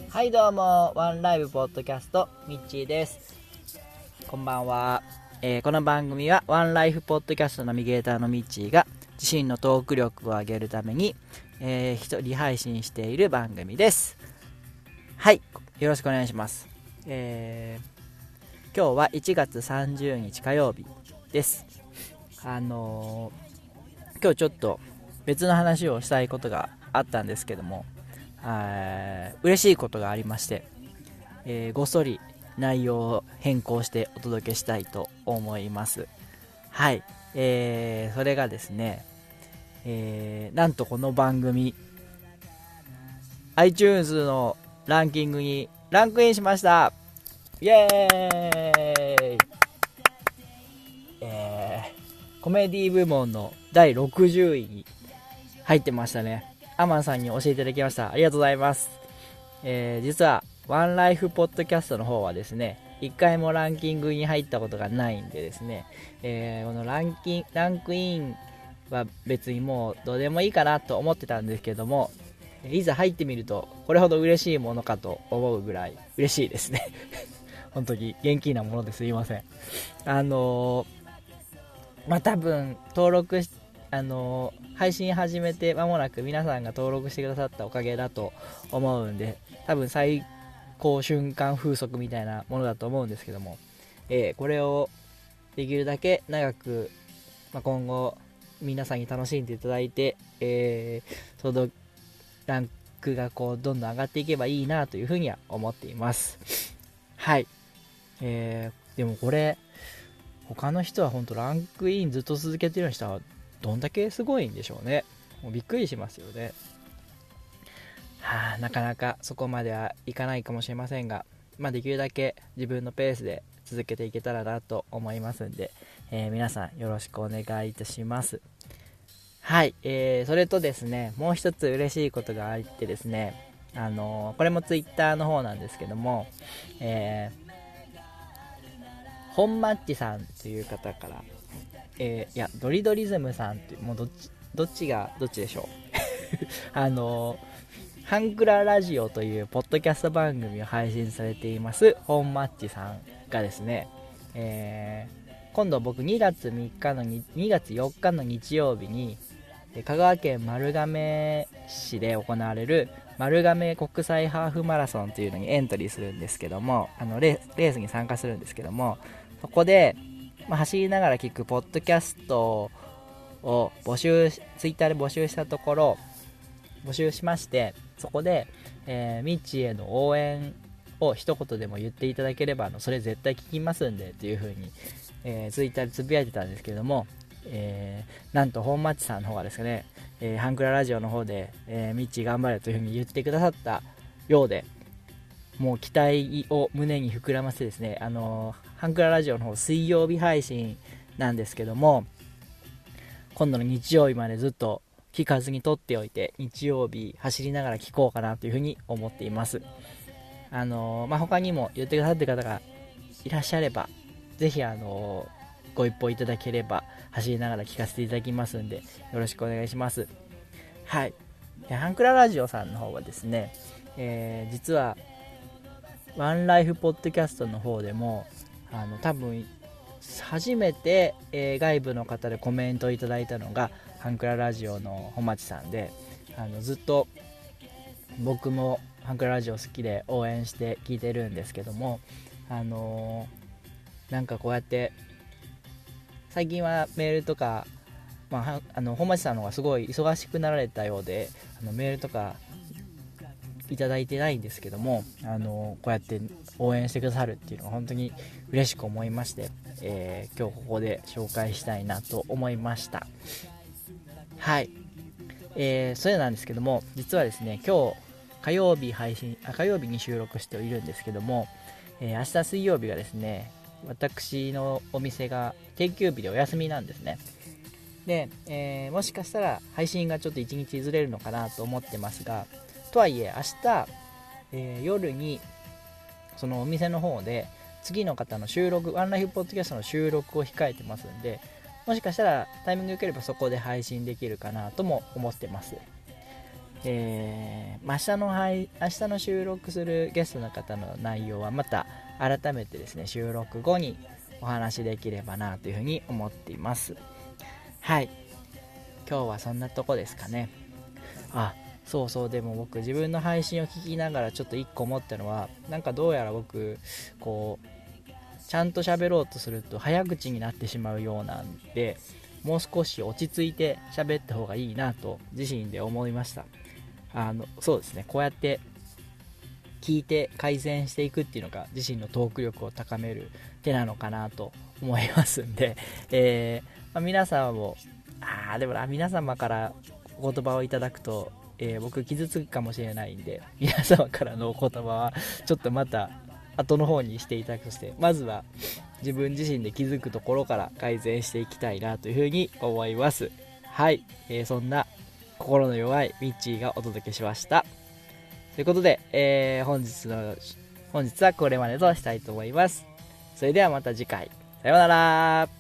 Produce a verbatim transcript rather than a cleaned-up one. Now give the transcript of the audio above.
はいどうも、ワンライブポッドキャストミッチーです。こんばんは、えー、この番組はワンライフポッドキャストナビゲーターのミッチーが自身のトーク力を上げるために、えー、一人配信している番組です。はい、よろしくお願いします。えー、今日はいちがつさんじゅうにち火曜日です。あのー、今日ちょっと別の話をしたいことがあったんですけども、あ嬉しいことがありまして、えー、ごっそり内容を変更してお届けしたいと思います。はい、えー、それがですね、えー、なんとこの番組 iTunes のランキングにランクインしました。イエーイ、えー、コメディ部門のだいろくじゅういに入ってましたね。アマンさんに教えていただきました。ありがとうございます。えー、実はワンライフポッドキャストの方はですね、一回もランキングに入ったことがないんでですね、えー、このランキンランクインは別にもうどうでもいいかなと思ってたんですけども、いざ入ってみるとこれほど嬉しいものかと思うぐらい嬉しいですね。本当に元気なものですいません。あのー、まあ多分登録しあのー、配信始めて間もなく皆さんが登録してくださったおかげだと思うんで、多分最高瞬間風速みたいなものだと思うんですけども、えー、これをできるだけ長く、まあ、今後皆さんに楽しんでいただいて、えー、そのランクがこうどんどん上がっていけばいいなというふうには思っています。はい、えー、でもこれ他の人は本当ランクインずっと続けてる人はどんだけすごいんでしょうね。もうびっくりしますよね。はあ、なかなかそこまではいかないかもしれませんが、まあ、できるだけ自分のペースで続けていけたらなと思いますんで、えー、皆さんよろしくお願いいたします。はい、えー、それとですね、もう一つ嬉しいことがあってですね、あのー、これもツイッターの方なんですけども、えー、本マッチさんという方から、えー、いやドリドリズムさんってもうどっちどっちがどっちでしょう。あのハンクララジオというポッドキャスト番組を配信されています本マッチさんがですね、えー、今度僕にがつみっかのにがつよっかの日曜日に香川県丸亀市で行われる丸亀国際ハーフマラソンというのにエントリーするんですけども、あのレースに参加するんですけども、そこでまあ、走りながら聞くポッドキャストを募集ツイッターで募集したところ募集しまして、そこで、えー、ミッチーへの応援を一言でも言っていただければあのそれ絶対聞きますんでという風に、えー、ツイッターでつぶやいてたんですけれども、えー、なんと本町さんの方がですね、えー、ハンクララジオの方で、えー、ミッチー頑張れという風に言ってくださったようで、もう期待を胸に膨らませてですね、あのーハンクララジオの方水曜日配信なんですけども、今度の日曜日までずっと聞かずに撮っておいて日曜日走りながら聞こうかなというふうに思っています。あのーまあ、他にも言ってくださってる方がいらっしゃればぜひあのー、ご一報いただければ走りながら聞かせていただきますんでよろしくお願いします。はい、ハンクララジオさんの方はですね、えー、実はワンライフポッドキャストの方でもあの多分初めて、えー、外部の方でコメントをいただいたのがハンクララジオの本町さんで、あのずっと僕もハンクララジオ好きで応援して聞いてるんですけども、あのー、なんかこうやって最近はメールとか、まあ、あの本町さんの方がすごい忙しくなられたようであのメールとかいただいてないんですけども、あのこうやって応援してくださるっていうのが本当に嬉しく思いまして、えー、今日ここで紹介したいなと思いました。はい、えー、それなんですけども、実はですね今日火曜日配信あ火曜日に収録しているんですけども、えー、明日水曜日がですね私のお店が定休日でお休みなんですね。で、えー、もしかしたら配信がちょっといちにちずれるのかなと思ってますが、とはいえ明日、えー、夜にそのお店の方で次の方の収録ワンライフポッドキャストの収録を控えてますんで、もしかしたらタイミング良ければそこで配信できるかなとも思ってます。 えー、明日の配明日の収録するゲストの方の内容はまた改めてですね、収録後にお話できればなというふうに思っています。はい、今日はそんなとこですかね。あ、そうそう、でも僕自分の配信を聞きながらちょっと一個思ったのは、なんかどうやら僕こうちゃんと喋ろうとすると早口になってしまうようなんで、もう少し落ち着いて喋った方がいいなと自身で思いました。あのそうですね、こうやって聞いて改善していくっていうのが自身のトーク力を高める手なのかなと思いますんで、えーまあ、皆様もあーでもな皆様からお言葉をいただくと、えー、僕傷つくかもしれないんで、皆様からのお言葉はちょっとまた後の方にしていただくとして、まずは自分自身で気づくところから改善していきたいなというふうに思います。はい、えー、そんな心の弱いミッチーがお届けしました。ということで、えー、本日の本日はこれまでとしたいと思います。それではまた次回、さようなら。